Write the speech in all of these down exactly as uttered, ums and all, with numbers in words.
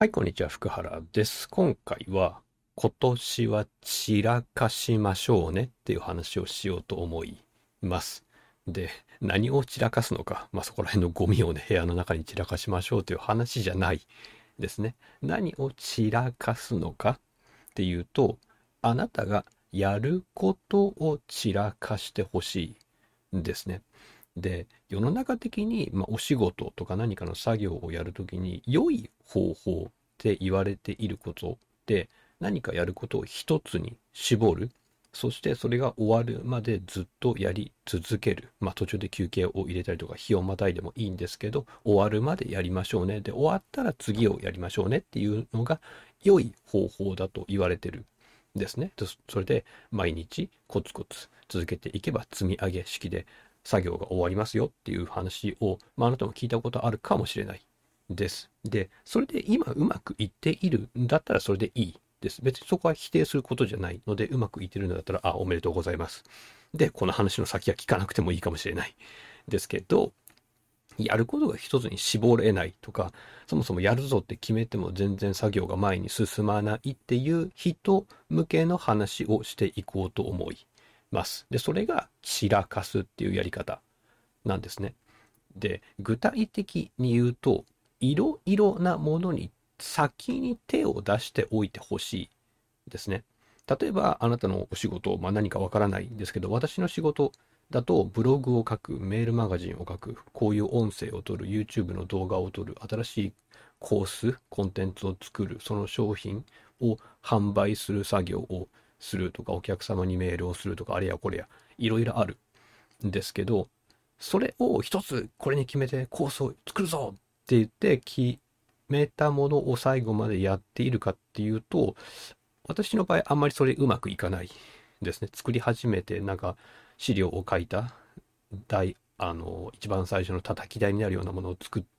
はい、こんにちは、福原です。今回は、今年は散らかしましょうねっていう話をしようと思います。で、何を散らかすのか、まあ、そこら辺のゴミをね、部屋の中に散らかしましょうという話じゃないですね。何を散らかすのかっていうと、あなたがやることを散らかしてほしいんですね。で、世の中的に、まあ、お仕事とか何かの作業をやるときに、良い方法って言われていることで、何かやることを一つに絞る。そしてそれが終わるまでずっとやり続ける。まあ途中で休憩を入れたりとか、日をまたいでもいいんですけど、終わるまでやりましょうね。で、終わったら次をやりましょうねっていうのが良い方法だと言われてるんですね。それで毎日コツコツ続けていけば積み上げ式で作業が終わりますよっていう話を、まあ、あなたも聞いたことあるかもしれないです。で、それで今うまくいっているんだったらそれでいいです。別にそこは否定することじゃないので、うまくいってるんだったら、あ、おめでとうございます。で、この話の先は聞かなくてもいいかもしれないですけど、やることが一つに絞れないとか、そもそもやるぞって決めても全然作業が前に進まないっていう人向けの話をしていこうと思います。で、それが散らかすっていうやり方なんですね。で、具体的に言うと、いろいろなものに先に手を出しておいてほしいですね。例えば、あなたのお仕事、まあ、何かわからないんですけど、私の仕事だと、ブログを書く、メールマガジンを書く、こういう音声を撮る、YouTube の動画を撮る、新しいコース、コンテンツを作る、その商品を販売する作業をするとか、お客様にメールをするとか、あれやこれや、いろいろあるんですけど、それを一つこれに決めてコースを作るぞって言って決めたものを最後までやっているかっていうと、私の場合あんまりそれうまくいかないですね。作り始めてなんか資料を書いた台、あの、一番最初の叩き台になるようなものを作って、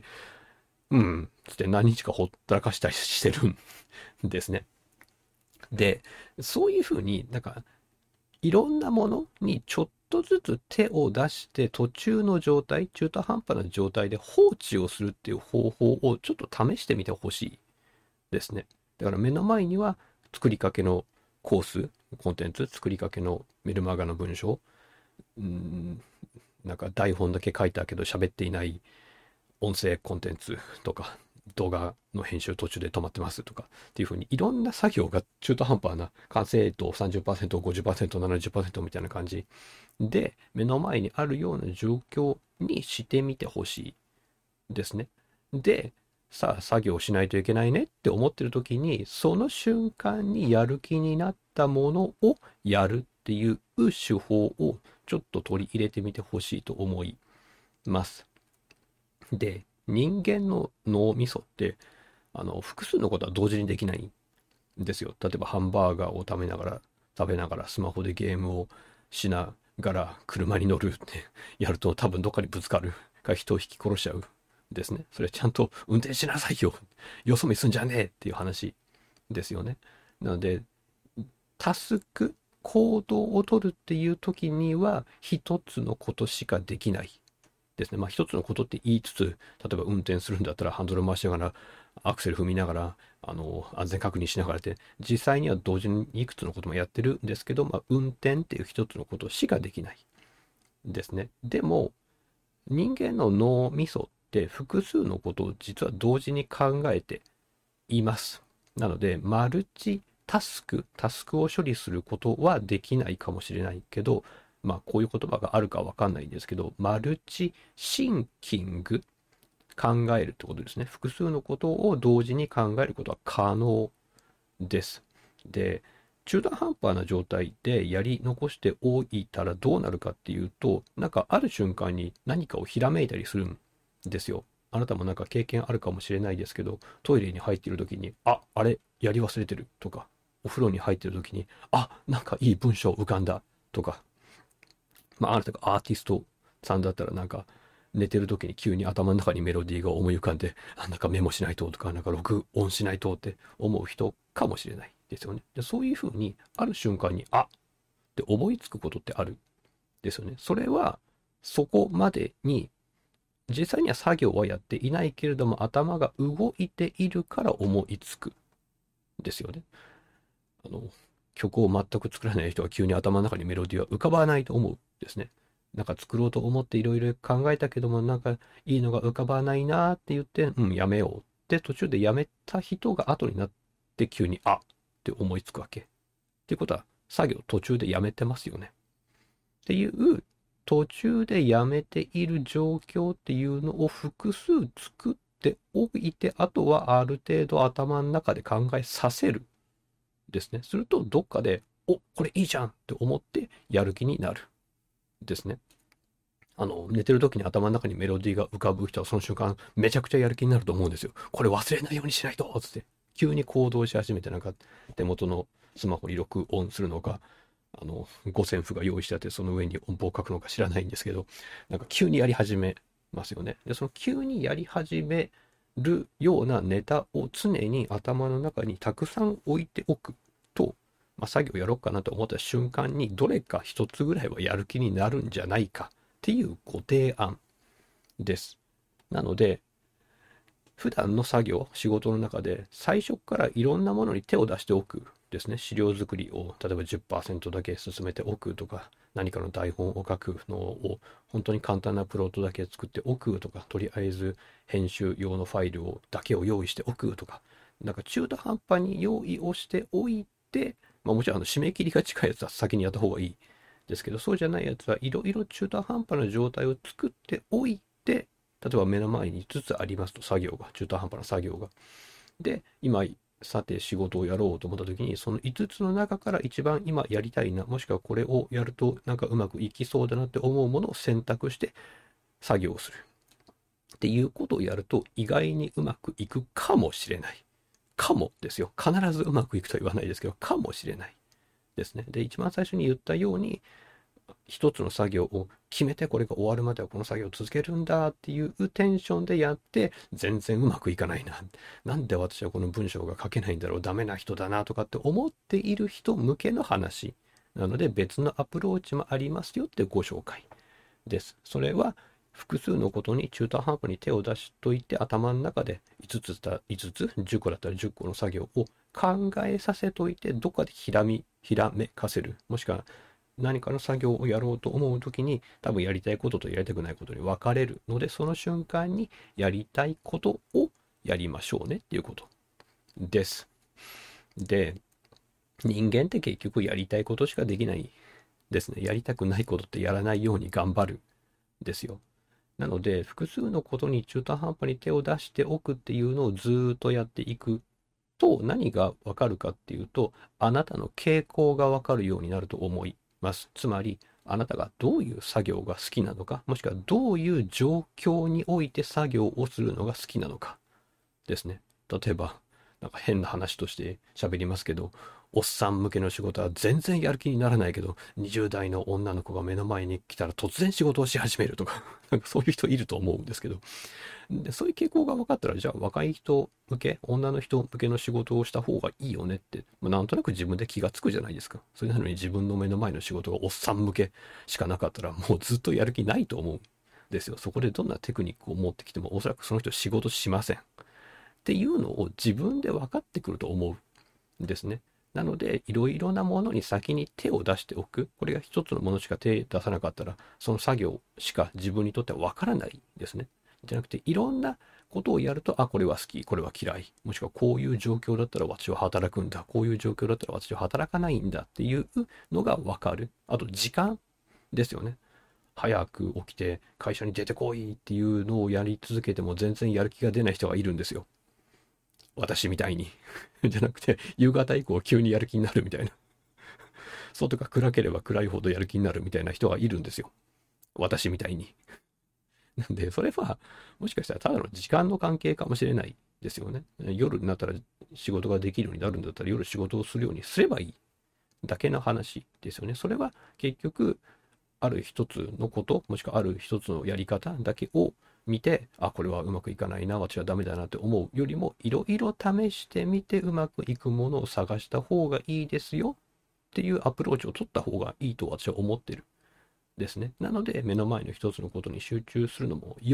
うん、つって何日かほったらかしたりしてるんですね。で、そういうふうになんかいろんなものにちょっとずつ手を出して途中の状態、中途半端な状態で放置をするっていう方法をちょっと試してみてほしいですね。だから目の前には作りかけのコース、コンテンツ、作りかけのメルマガの文章、うーん、なんか台本だけ書いたけど喋っていない音声コンテンツとか、動画の編集途中で止まってますとかっていう風にいろんな作業が中途半端な完成度さんじゅっパーセント、ごじゅっパーセント、ななじゅっパーセントみたいな感じで目の前にあるような状況にしてみてほしいですね。で、さあ作業しないといけないねって思ってる時にその瞬間にやる気になったものをやるっていう手法をちょっと取り入れてみてほしいと思います。で、人間の脳みそって、あの、複数のことは同時にできないんですよ。例えばハンバーガーを食べながら、食べながらスマホでゲームをしながら車に乗るってやると多分どっかにぶつかるか人を引き殺しちゃうですね。それちゃんと運転しなさいよ。よそ見すんじゃねえっていう話ですよね。なので、タスク、行動を取るっていう時には一つのことしかできないですね。まあ一つのことって言いつつ、例えば運転するんだったらハンドル回しながら、アクセル踏みながら、あの、安全確認しながらって、実際には同時にいくつのこともやってるんですけど、まあ運転っていう一つのことしかできないですね。でも、人間の脳みそって複数のことを実は同時に考えています。なので、マルチタスク、タスクを処理することはできないかもしれないけど、まあこういう言葉があるかわかんないんですけど、マルチシンキング、考えるってことですね。複数のことを同時に考えることは可能です。で、中途半端な状態でやり残しておいたらどうなるかっていうと、なんかある瞬間に何かをひらめいたりするんですよ。あなたもなんか経験あるかもしれないですけど、トイレに入っている時に、あ、あれ、やり忘れてるとか、お風呂に入っている時に、あ、なんかいい文章浮かんだとか、まあ、あなたがアーティストさんだったらなんか、寝てる時に急に頭の中にメロディーが思い浮かんで、あ、なんかメモしないととか、なんか録音しないとって思う人かもしれないですよね。でそういうふうに、ある瞬間に、あって思いつくことってあるですよね。それは、そこまでに実際には作業はやっていないけれども、頭が動いているから思いつく。ですよね。あの、曲を全く作らない人が急に頭の中にメロディーは浮かばないと思うですね。なんか作ろうと思っていろいろ考えたけども、なんかいいのが浮かばないなーって言って、うん、やめようって途中でやめた人が後になって急に、あって思いつくわけ。っていうことは、作業途中でやめてますよね。っていう途中でやめている状況っていうのを複数作っておいて、あとはある程度頭の中で考えさせるですね。するとどっかで、お、これいいじゃんって思ってやる気になるですね。あの、寝てる時に頭の中にメロディーが浮かぶ人はその瞬間めちゃくちゃやる気になると思うんですよ。これ忘れないようにしないとつって。急に行動し始めて、なんか手元のスマホに録音するのか、あの、五線譜が用意してあってその上に音符を書くのか知らないんですけど、なんか急にやり始めますよね。で、その急にやり始めるようなネタを常に頭の中にたくさん置いておくと、まあ、作業やろうかなと思った瞬間にどれか一つぐらいはやる気になるんじゃないかっていうご提案です。なので、普段の作業、仕事の中で最初からいろんなものに手を出しておくですね。資料作りを例えばじゅっパーセントだけ進めておくとか、何かの台本を書くのを本当に簡単なプロットだけ作っておくとか、とりあえず編集用のファイルをだけを用意しておくとか、なんか中途半端に用意をしておいて、まあもちろんあの締め切りが近いやつは先にやった方がいいですけど、そうじゃないやつはいろいろ中途半端な状態を作っておいて、例えば目の前にいつつありますと、作業が、中途半端な作業が。で、今、さて仕事をやろうと思った時に、そのいつつの中から一番今やりたいな、もしくはこれをやるとなんかうまくいきそうだなって思うものを選択して作業をする。っていうことをやると意外にうまくいくかもしれない。かもですよ。必ずうまくいくとは言わないですけど、かもしれないですね。で、一番最初に言ったように、一つの作業を決めてこれが終わるまではこの作業を続けるんだっていうテンションでやって全然うまくいかないな。なんで私はこの文章が書けないんだろう。ダメな人だなとかって思っている人向けの話なので別のアプローチもありますよってご紹介です。それは複数のことに中途半端に手を出しといて頭の中でいつつだいつつじゅっこだったらじゅっこの作業を考えさせといてどっかでひらみひらめかせる、もしくは何かの作業をやろうと思うときに多分やりたいこととやりたくないことに分かれるので、その瞬間にやりたいことをやりましょうねっていうことです。で、人間って結局やりたいことしかできないですね。やりたくないことってやらないように頑張るですよ。なので複数のことに中途半端に手を出しておくっていうのをずーっとやっていくと何がわかるかっていうと、あなたの傾向がわかるようになると思います。つまり、あなたがどういう作業が好きなのか、もしくはどういう状況において作業をするのが好きなのかですね。例えば、なんか変な話として喋りますけど、おっさん向けの仕事は全然やる気にならないけど、にじゅう代の女の子が目の前に来たら突然仕事をし始めるとか、なんかそういう人いると思うんですけど、で、そういう傾向が分かったら、じゃあ若い人向け、女の人向けの仕事をした方がいいよねって、まあ、なんとなく自分で気がつくじゃないですか。それなのに自分の目の前の仕事がおっさん向けしかなかったら、もうずっとやる気ないと思うんですよ。そこでどんなテクニックを持ってきても、おそらくその人仕事しません。っていうのを自分で分かってくると思うんですね。なので、いろいろなものに先に手を出しておく。これが一つのものしか手出さなかったら、その作業しか自分にとっては分からないですね。じゃなくて、いろんなことをやると、あ、これは好き、これは嫌い。もしくは、こういう状況だったら私は働くんだ。こういう状況だったら私は働かないんだっていうのが分かる。あと、時間ですよね。早く起きて会社に出てこいっていうのをやり続けても全然やる気が出ない人がいるんですよ。私みたいに。じゃなくて、夕方以降急にやる気になるみたいな。外が暗ければ暗いほどやる気になるみたいな人がいるんですよ。私みたいに。なんで、それは、もしかしたらただの時間の関係かもしれないですよね。夜になったら仕事ができるようになるんだったら夜仕事をするようにすればいいだけの話ですよね。それは結局、ある一つのこと、もしくはある一つのやり方だけを見て、あ、これはうまくいかないな、私はダメだなって思うよりも、いろいろ試してみてうまくいくものを探した方がいいですよっていうアプローチを取った方がいいと私は思ってるですね。なので、目の前の一つのことに集中するのも良い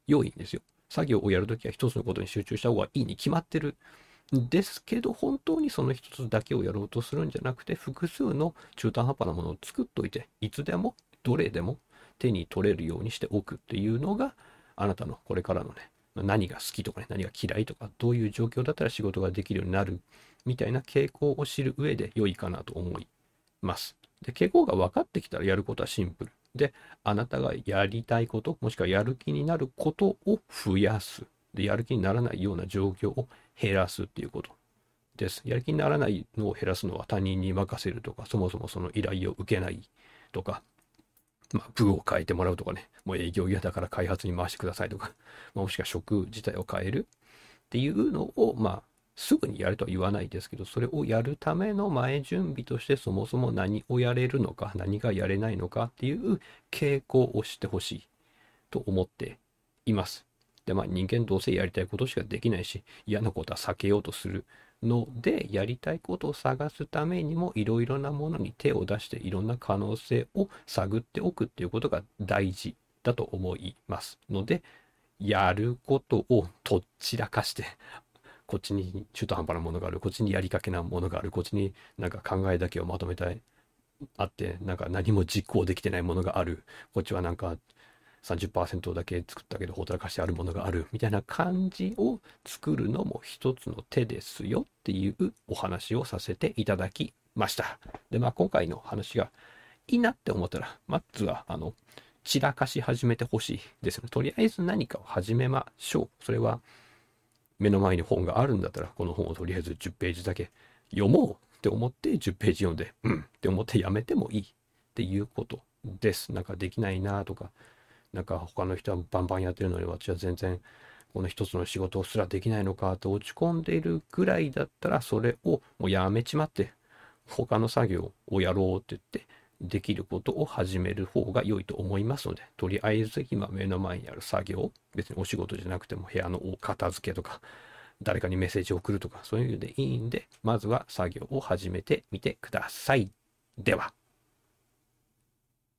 良いんですよ。作業をやるときは一つのことに集中した方がいいに決まってるんですけど、本当にその一つだけをやろうとするんじゃなくて、複数の中途半端なものを作っといて、いつでもどれでも手に取れるようにしておくっていうのが、あなたのこれからのね、何が好きとかね、何が嫌いとか、どういう状況だったら仕事ができるようになるみたいな傾向を知る上で良いかなと思います。で、傾向が分かってきたらやることはシンプル。で、あなたがやりたいこと、もしくはやる気になることを増やす。で、やる気にならないような状況を減らすっていうことです。やる気にならないのを減らすのは他人に任せるとか、そもそもその依頼を受けないとか、まあ、部を変えてもらうとかね、もう営業嫌だから開発に回してくださいとか、まあ、もしくは職自体を変えるっていうのを、まあ、すぐにやるとは言わないですけど、それをやるための前準備として、そもそも何をやれるのか、何がやれないのかっていう傾向を知ってほしいと思っています。で、まあ人間どうせやりたいことしかできないし、嫌なことは避けようとするので、やりたいことを探すためにもいろいろなものに手を出していろんな可能性を探っておくっていうことが大事だと思いますので、やることをとっちらかして、こっちに中途半端なものがある、こっちにやりかけなものがある、こっちになんか考えだけをまとめたい、あって、なんか何も実行できてないものがある、こっちはなんかさんじゅっパーセントだけ作ったけどほったらかしてあるものがあるみたいな感じを作るのも一つの手ですよっていうお話をさせていただきました。で、まあ今回の話がいいなって思ったら、まずはあの、散らかし始めてほしいですね。とりあえず何かを始めましょう。それは目の前に本があるんだったら、この本をとりあえずじゅっページだけ読もうって思ってじゅっページ読んで、うんって思ってやめてもいいっていうことです。なんかできないなとか、なんか他の人はバンバンやってるのに私は全然この一つの仕事すらできないのかと落ち込んでいるぐらいだったら、それをもうやめちまって他の作業をやろうって言ってできることを始める方が良いと思いますので、とりあえず今目の前にある作業、別にお仕事じゃなくても部屋の片付けとか誰かにメッセージを送るとかそういうのでいいんで、まずは作業を始めてみてください。では。